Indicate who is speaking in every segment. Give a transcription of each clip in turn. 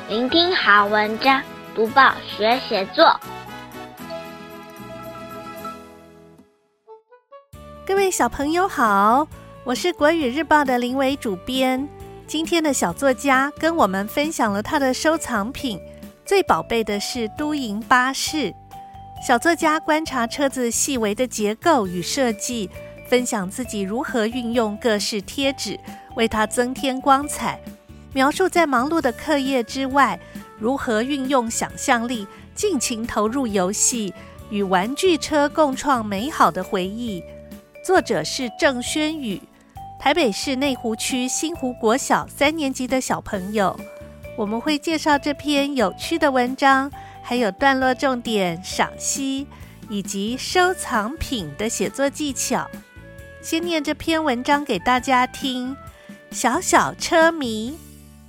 Speaker 1: 聆听好文章，读报学写作。
Speaker 2: 各位小朋友好，我是国语日报的林伟主编。今天的小作家跟我们分享了他的收藏品，最宝贝的是都营巴士。小作家观察车子细微的结构与设计，分享自己如何运用各式贴纸为它增添光彩，描述在忙碌的课业之外，如何运用想象力尽情投入游戏，与玩具车共创美好的回忆。作者是郑轩宇，台北市内湖区新湖国小3年级的小朋友。我们会介绍这篇有趣的文章，还有段落重点、赏析以及收藏品的写作技巧。先念这篇文章给大家听。小小车迷。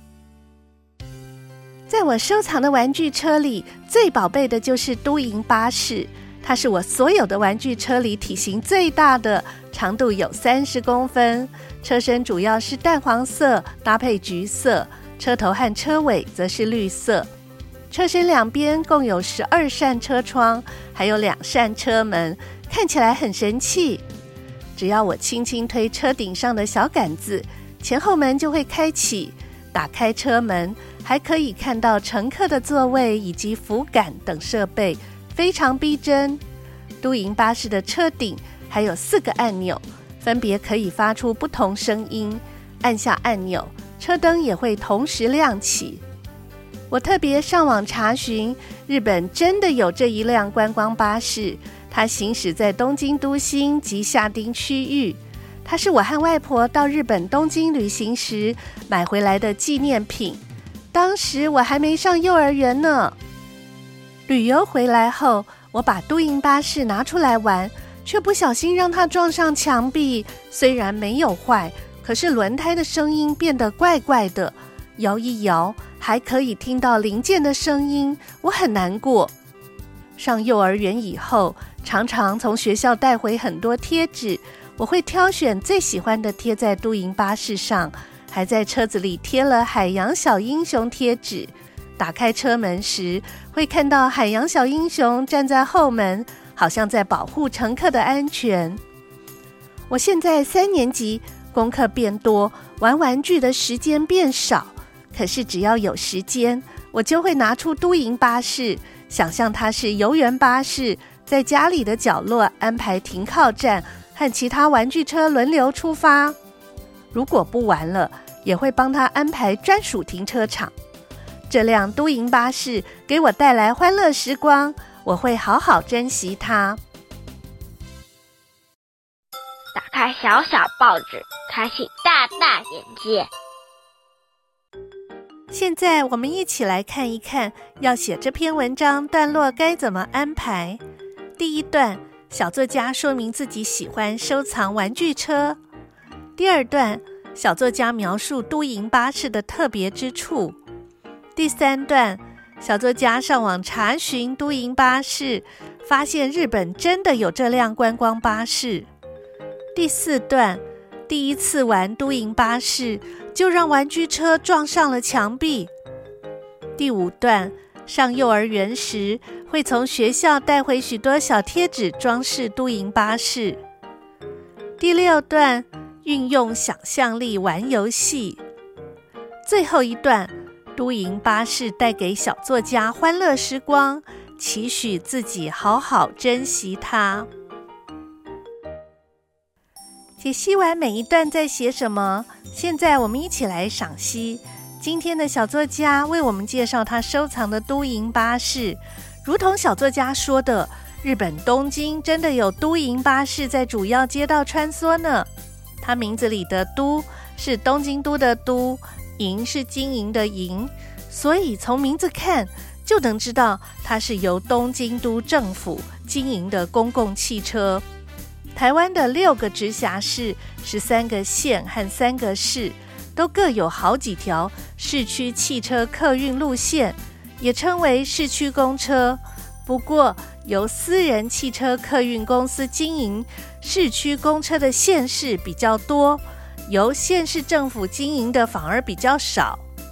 Speaker 2: 在我收藏的玩具车里，最宝贝的就是都营巴士。它是我所有的玩具车里体型最大的，长度有30公分，车身主要是淡黄色搭配橘色，车头和车尾则是绿色。车身两边共有12扇车窗，还有2扇车门，看起来很神气。只要我轻轻推车顶上的小杆子，前后门就会开启，打开车门，还可以看到乘客的座位以及扶杆等设备，非常逼真。都营巴士的车顶还有4个按钮，分别可以发出不同声音，按下按钮，车灯也会同时亮起。我特别上网查询，日本真的有这一辆观光巴士，它行驶在东京都心及下町区域。它是我和外婆到日本东京旅行时买回来的纪念品，当时我还没上幼儿园呢。旅游回来后，我把都营巴士拿出来玩，却不小心让它撞上墙壁，虽然没有坏，可是轮胎的声音变得怪怪的，摇一摇还可以听到零件的声音，我很难过。上幼儿园以后，常常从学校带回很多贴纸，我会挑选最喜欢的贴在都营巴士上，还在车子里贴了海洋小英雄贴纸。打开车门时，会看到海洋小英雄站在后门，好像在保护乘客的安全。我现在3年级，功课变多，玩玩具的时间变少，可是只要有时间，我就会拿出都营巴士，想象它是游园巴士，在家里的角落安排停靠站，和其他玩具车轮流出发。如果不玩了，也会帮他安排专属停车场。这辆都营巴士给我带来欢乐时光，我会好好珍惜它。
Speaker 1: 打开小小报纸，开启大大眼界。
Speaker 2: 现在我们一起来看一看，要写这篇文章段落该怎么安排。第一段，小作家说明自己喜欢收藏玩具车。第二段，小作家描述都营巴士的特别之处。第3段，小作家上网查询都营巴士，发现日本真的有这辆观光巴士。第4段，第一次玩都营巴士，就让玩具车撞上了墙壁。第5段，上幼儿园时，会从学校带回许多小贴纸装饰都营巴士。第6段，运用想象力玩游戏。最后一段，都营巴士带给小作家欢乐时光，期许自己好好珍惜它。解析完每一段在写什么，现在我们一起来赏析。今天的小作家为我们介绍他收藏的都营巴士。如同小作家说的，日本东京真的有都营巴士在主要街道穿梭呢。它名字里的都是东京都的都，营是经营的营，所以从名字看就能知道它是由东京都政府经营的公共汽车。台湾的6个直辖市、13个县和3个市都各有好几条市区汽车客运路线，也称为市区公车。不过由私人汽车客运公司经营市区公车的县市比较多，由县市政府经营的反而比较少。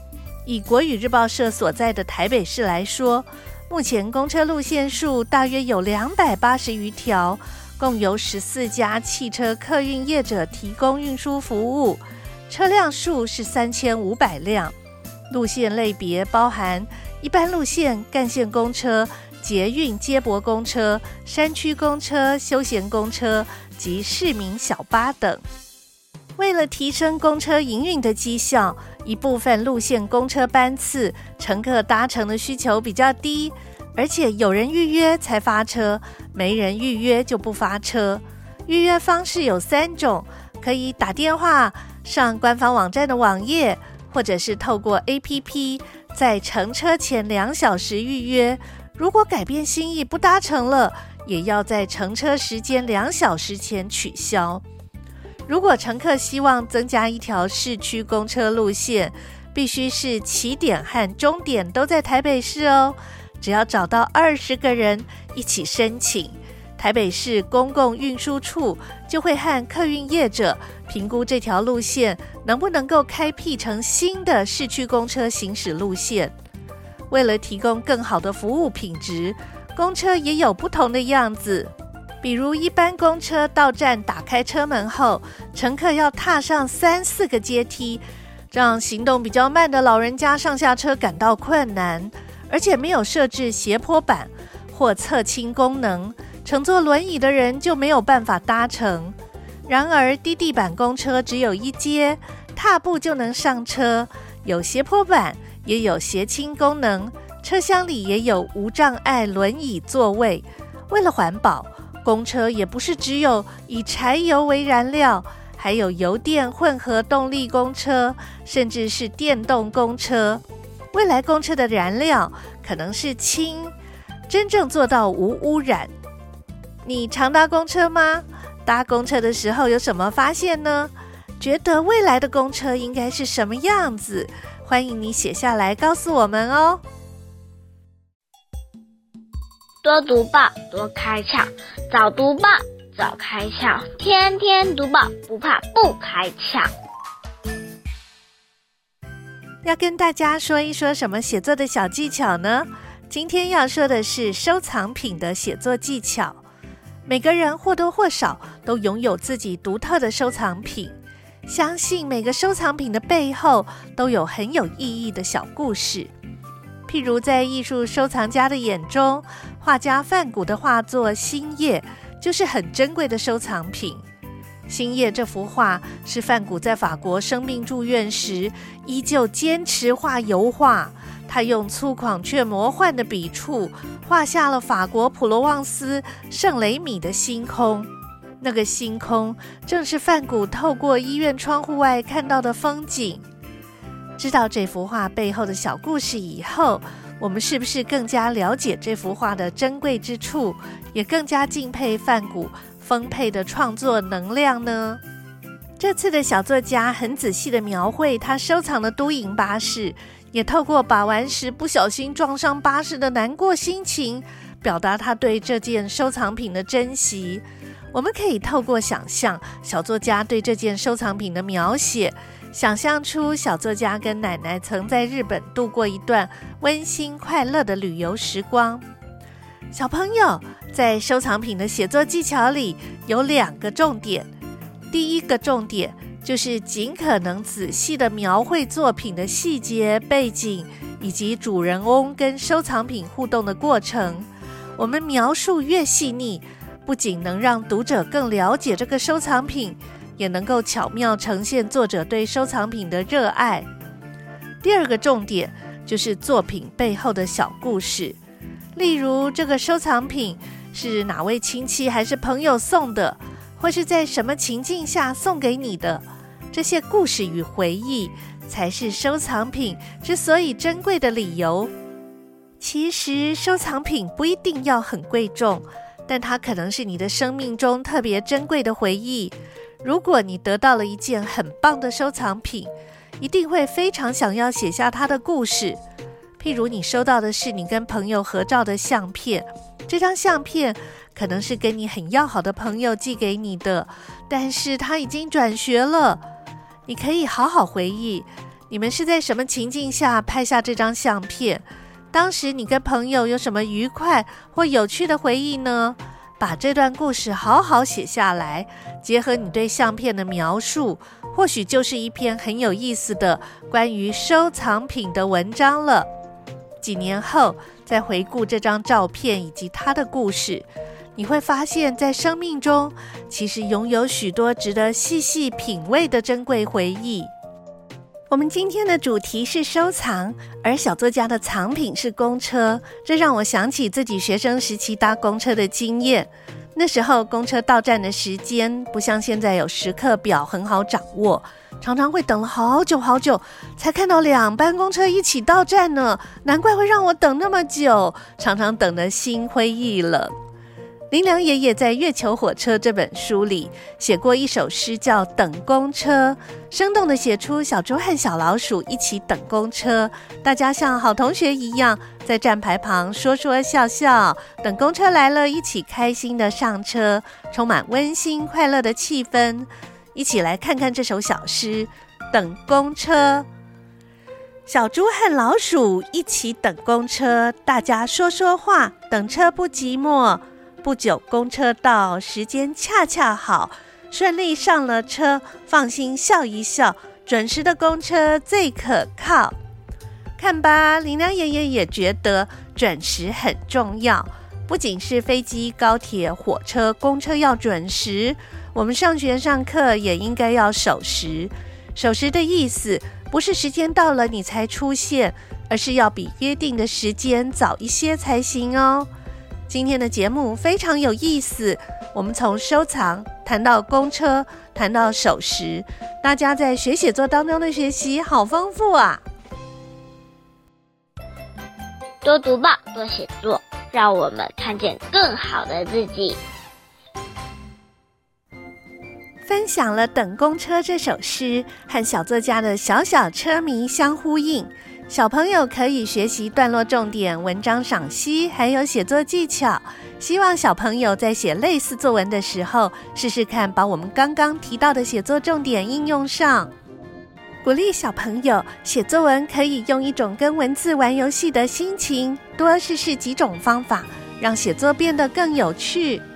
Speaker 2: 以国语日报社所在的台北市来说，目前公车路线数大约有280余条，共由14家汽车客运业者提供运输服务，车辆数是3500辆。路线类别包含一般路线、干线公车、捷运接驳公车、山区公车、休闲公车及市民小巴等。为了提升公车营运的绩效，一部分路线公车班次乘客搭乘的需求比较低，而且有人预约才发车，没人预约就不发车。预约方式有3种，可以打电话、上官方网站的网页，或者是透过 APP 在乘车前2小时预约。如果改变心意不搭乘了，也要在乘车时间2小时前取消。如果乘客希望增加一条市区公车路线，必须是起点和终点都在台北市哦。只要找到20个人一起申请，台北市公共运输处就会和客运业者评估这条路线能不能够开辟成新的市区公车行驶路线。为了提供更好的服务品质，公车也有不同的样子。比如一般公车到站打开车门后，乘客要踏上3-4个阶梯，让行动比较慢的老人家上下车感到困难，而且没有设置斜坡板或侧倾功能，乘坐轮椅的人就没有办法搭乘。然而低地板公车只有1阶，踏步就能上车，有斜坡板，也有斜倾功能，车厢里也有无障碍轮椅座位。为了环保，公车也不是只有以柴油为燃料，还有油电混合动力公车，甚至是电动公车。未来公车的燃料可能是氢，真正做到无污染。你常搭公车吗？搭公车的时候有什么发现呢？觉得未来的公车应该是什么样子？欢迎你写下来告诉我们哦。
Speaker 1: 多读报，多开窍；早读报，早开窍；天天读报，不怕不开窍。
Speaker 2: 要跟大家说一说什么写作的小技巧呢？今天要说的是收藏品的写作技巧。每个人或多或少都拥有自己独特的收藏品，相信每个收藏品的背后都有很有意义的小故事。譬如在艺术收藏家的眼中，画家梵谷的画作《星夜》就是很珍贵的收藏品。《星夜》这幅画是梵谷在法国生病住院时依旧坚持画油画，他用粗犷却魔幻的笔触画下了法国普罗旺斯圣雷米的星空。那个星空正是梵谷透过医院窗户外看到的风景。知道这幅画背后的小故事以后，我们是不是更加了解这幅画的珍贵之处，也更加敬佩梵谷丰沛的创作能量呢？这次的小作家很仔细地描绘他收藏的都营巴士，也透过把玩时不小心撞上巴士的难过心情，表达他对这件收藏品的珍惜。我们可以透过想象小作家对这件收藏品的描写，想象出小作家跟奶奶曾在日本度过一段温馨快乐的旅游时光。小朋友，在收藏品的写作技巧里有2个重点。第一个重点就是尽可能仔细地描绘作品的细节、背景以及主人翁跟收藏品互动的过程。我们描述越细腻，不仅能让读者更了解这个收藏品，也能够巧妙呈现作者对收藏品的热爱。第2个重点就是作品背后的小故事，例如这个收藏品是哪位亲戚还是朋友送的，或是在什么情境下送给你的。这些故事与回忆才是收藏品之所以珍贵的理由。其实收藏品不一定要很贵重，但它可能是你的生命中特别珍贵的回忆。如果你得到了一件很棒的收藏品，一定会非常想要写下它的故事。譬如你收到的是你跟朋友合照的相片，这张相片可能是跟你很要好的朋友寄给你的，但是他已经转学了。你可以好好回忆你们是在什么情境下拍下这张相片？当时你跟朋友有什么愉快或有趣的回忆呢？把这段故事好好写下来，结合你对相片的描述，或许就是一篇很有意思的关于收藏品的文章了。几年后再回顾这张照片以及它的故事，你会发现在生命中其实拥有许多值得细细品味的珍贵回忆。我们今天的主题是收藏，而小作家的藏品是公车，这让我想起自己学生时期搭公车的经验。那时候公车到站的时间不像现在有时刻表很好掌握，常常会等了好久好久才看到2班公车一起到站呢，难怪会让我等那么久，常常等得心灰意冷。林良爷爷在《月球火车》这本书里写过一首诗叫《等公车》，生动地写出小猪和小老鼠一起等公车，大家像好同学一样在站牌旁说说笑笑，等公车来了一起开心地上车，充满温馨快乐的气氛。一起来看看这首小诗《等公车》。小猪和老鼠一起等公车，大家说说话，等车不寂寞。不久公车到，时间恰恰好，顺利上了车，放心笑一笑，准时的公车最可靠。看吧，林良爷爷也觉得准时很重要，不仅是飞机、高铁、火车、公车要准时，我们上学上课也应该要守时。守时的意思不是时间到了你才出现，而是要比约定的时间早一些才行哦。今天的节目非常有意思，我们从收藏谈到公车，谈到守时，大家在学写作当中的学习好丰富啊！
Speaker 1: 多读报，多写作，让我们看见更好的自己。
Speaker 2: 分享了《等公车》这首诗，和小作家的小小车迷相呼应。小朋友可以学习段落重点、文章赏析，还有写作技巧。希望小朋友在写类似作文的时候，试试看把我们刚刚提到的写作重点应用上。鼓励小朋友写作文可以用一种跟文字玩游戏的心情，多试试几种方法，让写作变得更有趣。